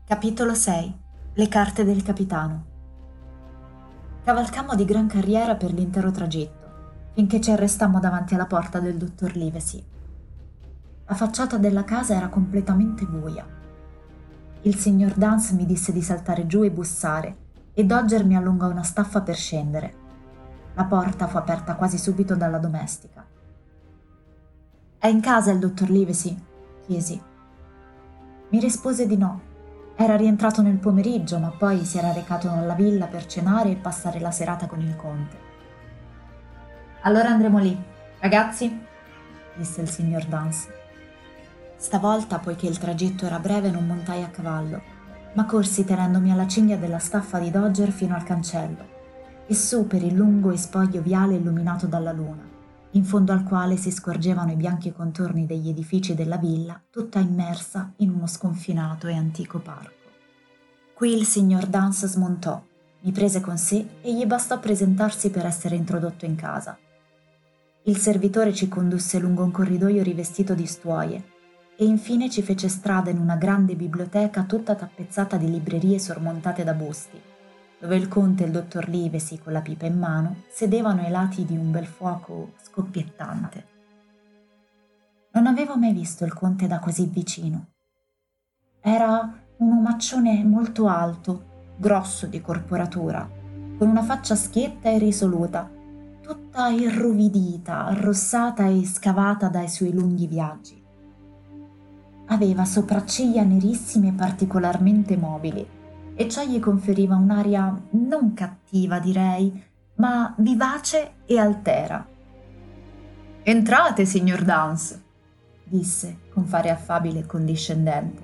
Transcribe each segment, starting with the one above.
Capitolo 6. Le carte del capitano. Cavalcammo di gran carriera per l'intero tragitto, finché ci arrestammo davanti alla porta del dottor Livesey. La facciata della casa era completamente buia. Il signor Dance mi disse di saltare giù e bussare, e Dodger mi allungò una staffa per scendere. La porta fu aperta quasi subito dalla domestica. «È in casa il dottor Livesey?» chiesi. Mi rispose di no. Era rientrato nel pomeriggio, ma poi si era recato alla villa per cenare e passare la serata con il conte. «Allora andremo lì, ragazzi?» disse il signor Dance. Stavolta, poiché il tragitto era breve, non montai a cavallo, ma corsi tenendomi alla cinghia della staffa di Dodger fino al cancello e su per il lungo e spoglio viale illuminato dalla luna, in fondo al quale si scorgevano i bianchi contorni degli edifici della villa, tutta immersa in uno sconfinato e antico parco. Qui il signor Dance smontò, mi prese con sé e gli bastò presentarsi per essere introdotto in casa. Il servitore ci condusse lungo un corridoio rivestito di stuoie e infine ci fece strada in una grande biblioteca tutta tappezzata di librerie sormontate da busti, dove il conte e il dottor Livesey, con la pipa in mano, sedevano ai lati di un bel fuoco scoppiettante. Non avevo mai visto il conte da così vicino. Era un omaccione molto alto, grosso di corporatura, con una faccia schietta e risoluta, tutta irruvidita, arrossata e scavata dai suoi lunghi viaggi. Aveva sopracciglia nerissime e particolarmente mobili, e ciò gli conferiva un'aria non cattiva, direi, ma vivace e altera. «Entrate, signor Dance», disse con fare affabile e condiscendente.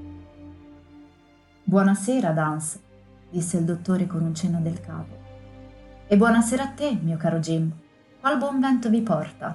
«Buonasera, Dance», disse il dottore con un cenno del capo. «E buonasera a te, mio caro Jim. Qual buon vento vi porta?»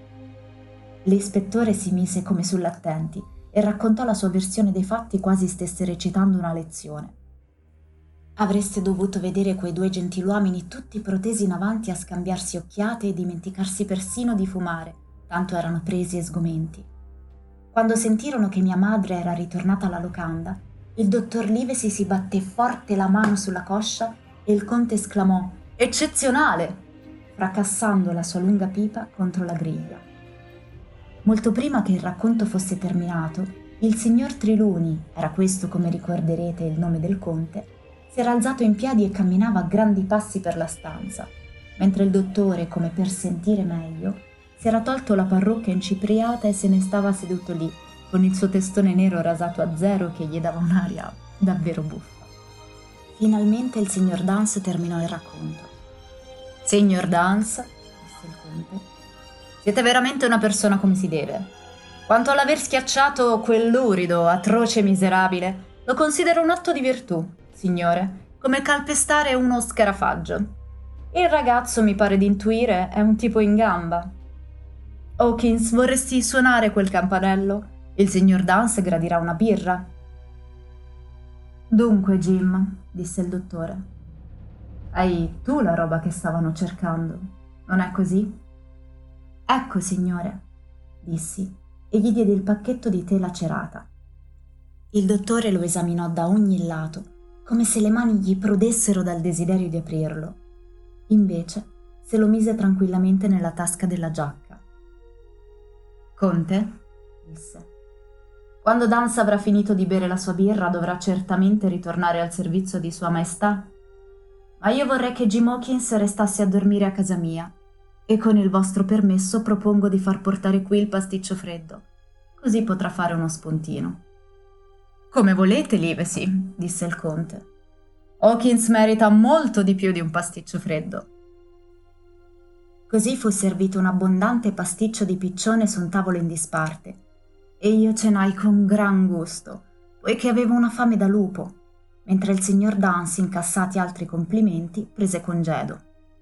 L'ispettore si mise come sull'attenti e raccontò la sua versione dei fatti quasi stesse recitando una lezione. «Avreste dovuto vedere quei due gentiluomini tutti protesi in avanti a scambiarsi occhiate e dimenticarsi persino di fumare, tanto erano presi e sgomenti. Quando sentirono che mia madre era ritornata alla locanda, il dottor Livesey si batté forte la mano sulla coscia e il conte esclamò «Eccezionale!» fracassando la sua lunga pipa contro la griglia. Molto prima che il racconto fosse terminato, il signor Triluni, era questo come ricorderete il nome del conte, si era alzato in piedi e camminava a grandi passi per la stanza, mentre il dottore, come per sentire meglio, si era tolto la parrucca incipriata e se ne stava seduto lì, con il suo testone nero rasato a zero che gli dava un'aria davvero buffa. Finalmente il signor Dance terminò il racconto. «Signor Dance», disse il conte, «siete veramente una persona come si deve. Quanto all'aver schiacciato quell'urido, atroce e miserabile, lo considero un atto di virtù, signore, come calpestare uno scarafaggio. Il ragazzo, mi pare di intuire, è un tipo in gamba. Hawkins, vorresti suonare quel campanello? Il signor Dance gradirà una birra». «Dunque, Jim», disse il dottore, «hai tu la roba che stavano cercando, non è così?» «Ecco, signore», dissi, e gli diedi il pacchetto di tela cerata. Il dottore lo esaminò da ogni lato, come se le mani gli prodessero dal desiderio di aprirlo. Invece se lo mise tranquillamente nella tasca della giacca. «Conte», disse, «quando Dance avrà finito di bere la sua birra dovrà certamente ritornare al servizio di Sua Maestà. Ma io vorrei che Jim Hawkins restasse a dormire a casa mia, e con il vostro permesso propongo di far portare qui il pasticcio freddo, così potrà fare uno spuntino». «Come volete, Livesey», disse il conte. «Hawkins merita molto di più di un pasticcio freddo». Così fu servito un abbondante pasticcio di piccione su un tavolo in disparte, e io cenai con gran gusto, poiché avevo una fame da lupo, mentre il signor Dance, incassati altri complimenti, prese congedo.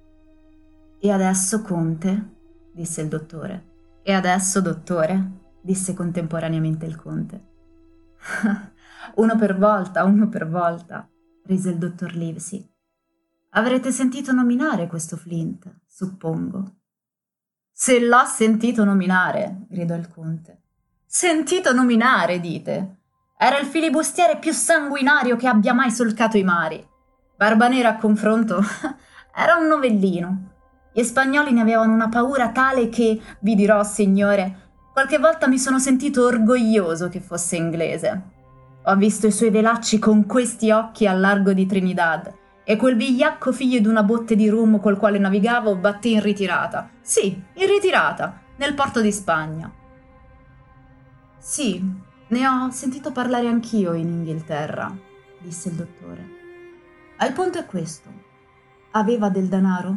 «E adesso, conte?» disse il dottore. «E adesso, dottore?» disse contemporaneamente il conte. Uno per volta», rise il dottor Livesey. «Avrete sentito nominare questo Flint, suppongo». «Se l'ha sentito nominare», gridò il conte. «Sentito nominare, dite? Era il filibustiere più sanguinario che abbia mai solcato i mari. Barbanera a confronto era un novellino. Gli spagnoli ne avevano una paura tale che, vi dirò, signore, qualche volta mi sono sentito orgoglioso che fosse inglese. Ho visto i suoi velacci con questi occhi al largo di Trinidad e quel vigliacco figlio d'una botte di rum col quale navigavo batté in ritirata. Sì, in ritirata, nel porto di Spagna. Sì, ne ho sentito parlare anch'io in Inghilterra, disse il dottore. Il punto è questo. Aveva del denaro?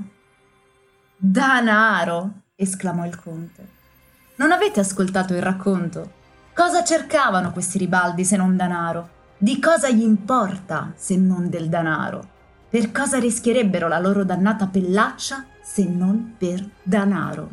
Danaro! Esclamò il conte. Non avete ascoltato il racconto? Cosa cercavano questi ribaldi se non danaro? Di cosa gli importa se non del danaro? Per cosa rischierebbero la loro dannata pellaccia se non per danaro?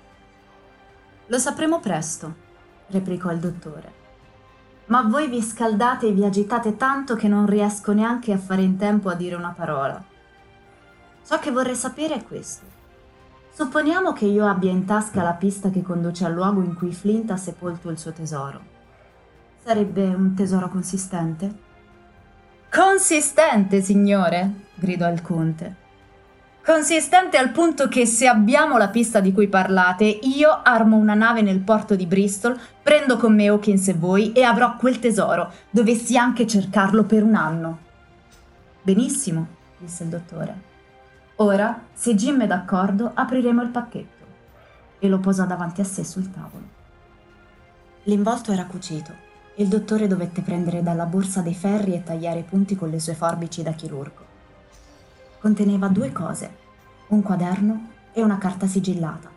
Lo sapremo presto, replicò il dottore. Ma voi vi scaldate e vi agitate tanto che non riesco neanche a fare in tempo a dire una parola. Ciò che vorrei sapere è questo. Supponiamo che io abbia in tasca la pista che conduce al luogo in cui Flint ha sepolto il suo tesoro. Sarebbe un tesoro consistente? Consistente, signore, gridò il conte. Consistente al punto che se abbiamo la pista di cui parlate, io armo una nave nel porto di Bristol, prendo con me Hawkins e voi e avrò quel tesoro, dovessi anche cercarlo per un anno. Benissimo, disse il dottore. Ora, se Jim è d'accordo, apriremo il pacchetto. E lo posò davanti a sé sul tavolo. L'involto era cucito e il dottore dovette prendere dalla borsa dei ferri e tagliare i punti con le sue forbici da chirurgo. Conteneva 2 cose, un quaderno e una carta sigillata.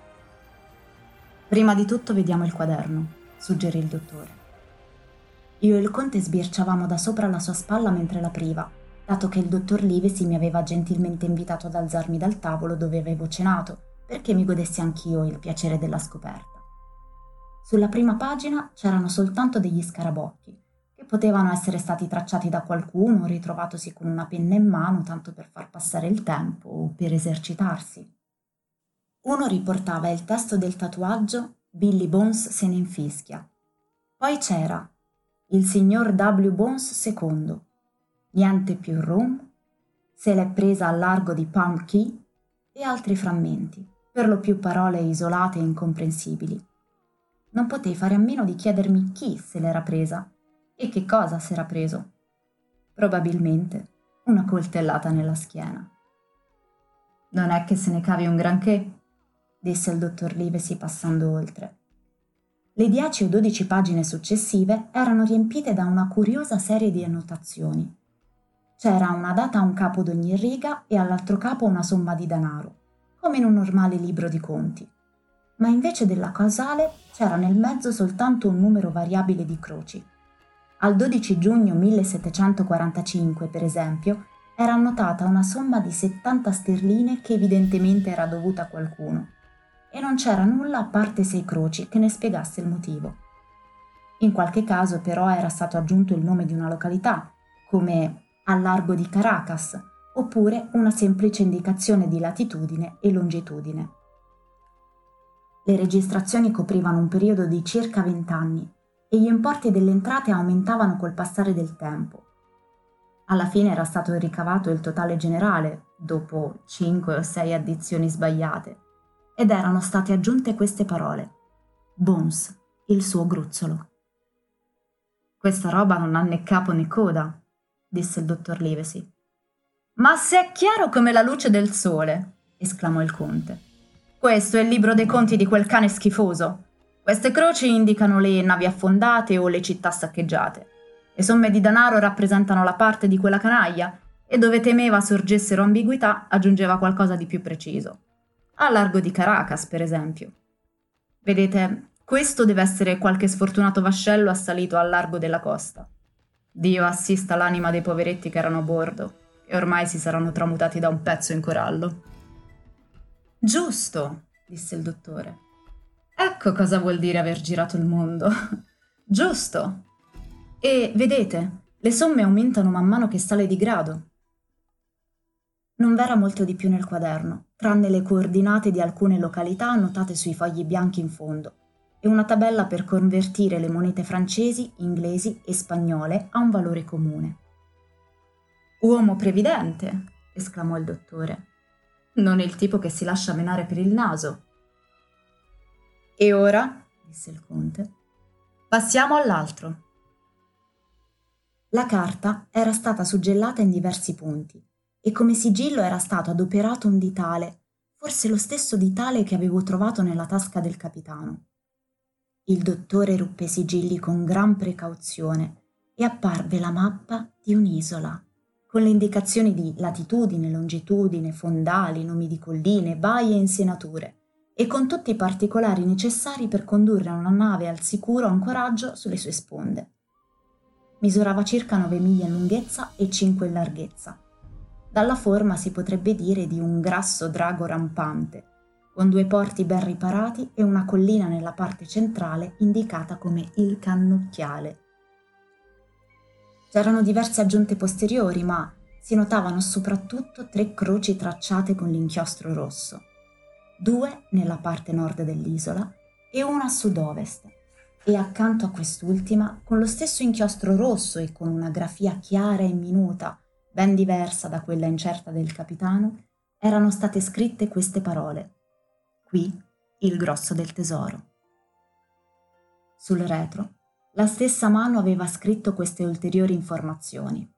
Prima di tutto vediamo il quaderno, suggerì il dottore. Io e il conte sbirciavamo da sopra la sua spalla mentre l'apriva, dato che il dottor Livesey mi aveva gentilmente invitato ad alzarmi dal tavolo dove avevo cenato, perché mi godessi anch'io il piacere della scoperta. Sulla prima pagina c'erano soltanto degli scarabocchi, che potevano essere stati tracciati da qualcuno ritrovatosi con una penna in mano tanto per far passare il tempo o per esercitarsi. Uno riportava il testo del tatuaggio Billy Bones se ne infischia. Poi c'era il signor W. Bones II, niente più rum, se l'è presa al largo di Palm Key e altri frammenti, per lo più parole isolate e incomprensibili. Non potei fare a meno di chiedermi chi se l'era presa e che cosa s'era preso. Probabilmente una coltellata nella schiena. Non è che se ne cavi un granché, disse il dottor Livesey passando oltre. Le 10 o 12 pagine successive erano riempite da una curiosa serie di annotazioni. C'era una data a un capo d'ogni riga e all'altro capo una somma di denaro, come in un normale libro di conti. Ma invece della causale c'era nel mezzo soltanto un numero variabile di croci. Al 12 giugno 1745, per esempio, era annotata una somma di 70 sterline che evidentemente era dovuta a qualcuno, e non c'era nulla a parte 6 croci che ne spiegasse il motivo. In qualche caso però era stato aggiunto il nome di una località, come al largo di Caracas, oppure una semplice indicazione di latitudine e longitudine. Le registrazioni coprivano un periodo di circa 20 anni e gli importi delle entrate aumentavano col passare del tempo. Alla fine era stato ricavato il totale generale, dopo 5 o 6 addizioni sbagliate, ed erano state aggiunte queste parole: Bones, il suo gruzzolo. Questa roba non ha né capo né coda, disse il dottor Livesey. Ma se è chiaro come la luce del sole, esclamò il conte. Questo è il libro dei conti di quel cane schifoso. Queste croci indicano le navi affondate o le città saccheggiate. Le somme di denaro rappresentano la parte di quella canaglia e dove temeva sorgessero ambiguità aggiungeva qualcosa di più preciso. Al largo di Caracas, per esempio. Vedete, questo deve essere qualche sfortunato vascello assalito al largo della costa. Dio assista l'anima dei poveretti che erano a bordo e ormai si saranno tramutati da un pezzo in corallo. Giusto, disse il dottore. Ecco cosa vuol dire aver girato il mondo. Giusto. E, vedete, le somme aumentano man mano che sale di grado. Non v'era molto di più nel quaderno, tranne le coordinate di alcune località annotate sui fogli bianchi in fondo. e una tabella per convertire le monete francesi, inglesi e spagnole a un valore comune. «Uomo previdente!» esclamò il dottore. «Non è il tipo che si lascia menare per il naso». «E ora?» disse il conte. «Passiamo all'altro». La carta era stata suggellata in diversi punti e come sigillo era stato adoperato un ditale, forse lo stesso ditale che avevo trovato nella tasca del capitano. Il dottore ruppe i sigilli con gran precauzione e apparve la mappa di un'isola, con le indicazioni di latitudine, longitudine, fondali, nomi di colline, baie e insenature, e con tutti i particolari necessari per condurre una nave al sicuro ancoraggio sulle sue sponde. Misurava circa 9 miglia in lunghezza e 5 in larghezza. Dalla forma si potrebbe dire di un grasso drago rampante, con 2 porti ben riparati e una collina nella parte centrale indicata come il Cannocchiale. C'erano diverse aggiunte posteriori, ma si notavano soprattutto 3 croci tracciate con l'inchiostro rosso, 2 nella parte nord dell'isola e una a sud-ovest, e accanto a quest'ultima, con lo stesso inchiostro rosso e con una grafia chiara e minuta, ben diversa da quella incerta del capitano, erano state scritte queste parole: «Qui il grosso del tesoro». Sul retro, la stessa mano aveva scritto queste ulteriori informazioni: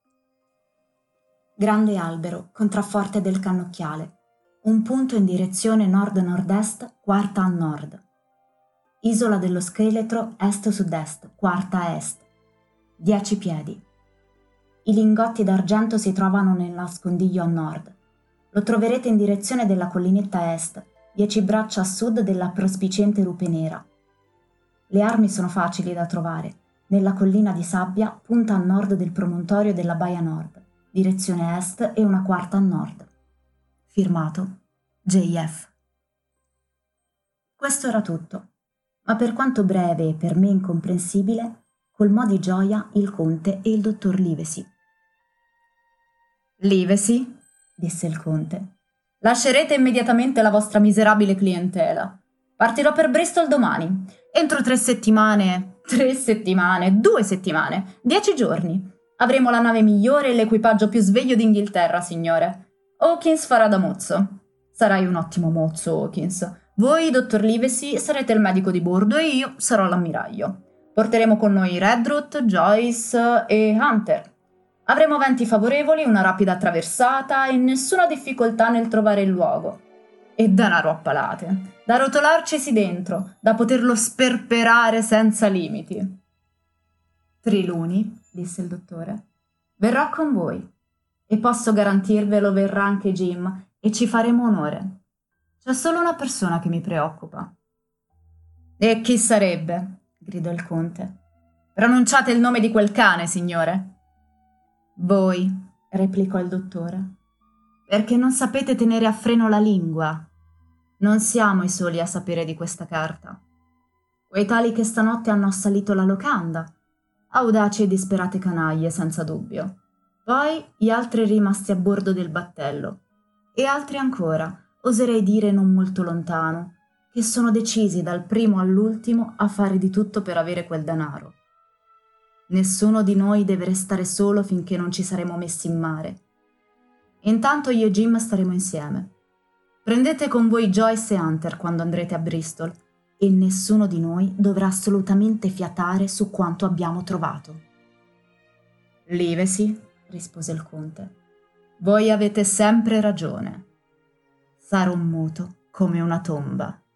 «Grande albero, contrafforte del Cannocchiale, un punto in direzione nord-nord-est, quarta a nord. Isola dello Scheletro, est-sud-est, quarta a est. 10 piedi. I lingotti d'argento si trovano nel nascondiglio a nord. Lo troverete in direzione della collinetta est, 10 braccia a sud della prospiciente rupe nera. Le armi sono facili da trovare, nella collina di sabbia, punta a nord del promontorio della baia nord, direzione est e una quarta a nord. Firmato J.F. Questo era tutto, ma per quanto breve e per me incomprensibile, colmò di gioia il conte e il dottor Livesey. «Livesey», disse il conte, «lascerete immediatamente la vostra miserabile clientela. Partirò per Bristol domani. Entro 3 settimane, 2 settimane, 10 giorni. Avremo la nave migliore e l'equipaggio più sveglio d'Inghilterra, signore. Hawkins farà da mozzo. Sarai un ottimo mozzo, Hawkins. Voi, dottor Livesey, sarete il medico di bordo e io sarò l'ammiraglio. Porteremo con noi Redruth, Joyce e Hunter. Avremo venti favorevoli, una rapida attraversata e nessuna difficoltà nel trovare il luogo. E denaro a palate, da rotolarcisi dentro, da poterlo sperperare senza limiti». «Triluni», disse il dottore, «verrò con voi. E posso garantirvelo verrà anche Jim e ci faremo onore. C'è solo una persona che mi preoccupa». «E chi sarebbe?» gridò il conte. «Pronunciate il nome di quel cane, signore». «Voi», replicò il dottore, «perché non sapete tenere a freno la lingua. Non siamo i soli a sapere di questa carta. Quei tali che stanotte hanno assalito la locanda, audaci e disperate canaglie, senza dubbio. Poi gli altri rimasti a bordo del battello, e altri ancora, oserei dire non molto lontano, che sono decisi dal primo all'ultimo a fare di tutto per avere quel denaro. Nessuno di noi deve restare solo finché non ci saremo messi in mare. Intanto io e Jim staremo insieme. Prendete con voi Joyce e Hunter quando andrete a Bristol e nessuno di noi dovrà assolutamente fiatare su quanto abbiamo trovato». «Livesey», rispose il conte, «voi avete sempre ragione. Sarò muto come una tomba».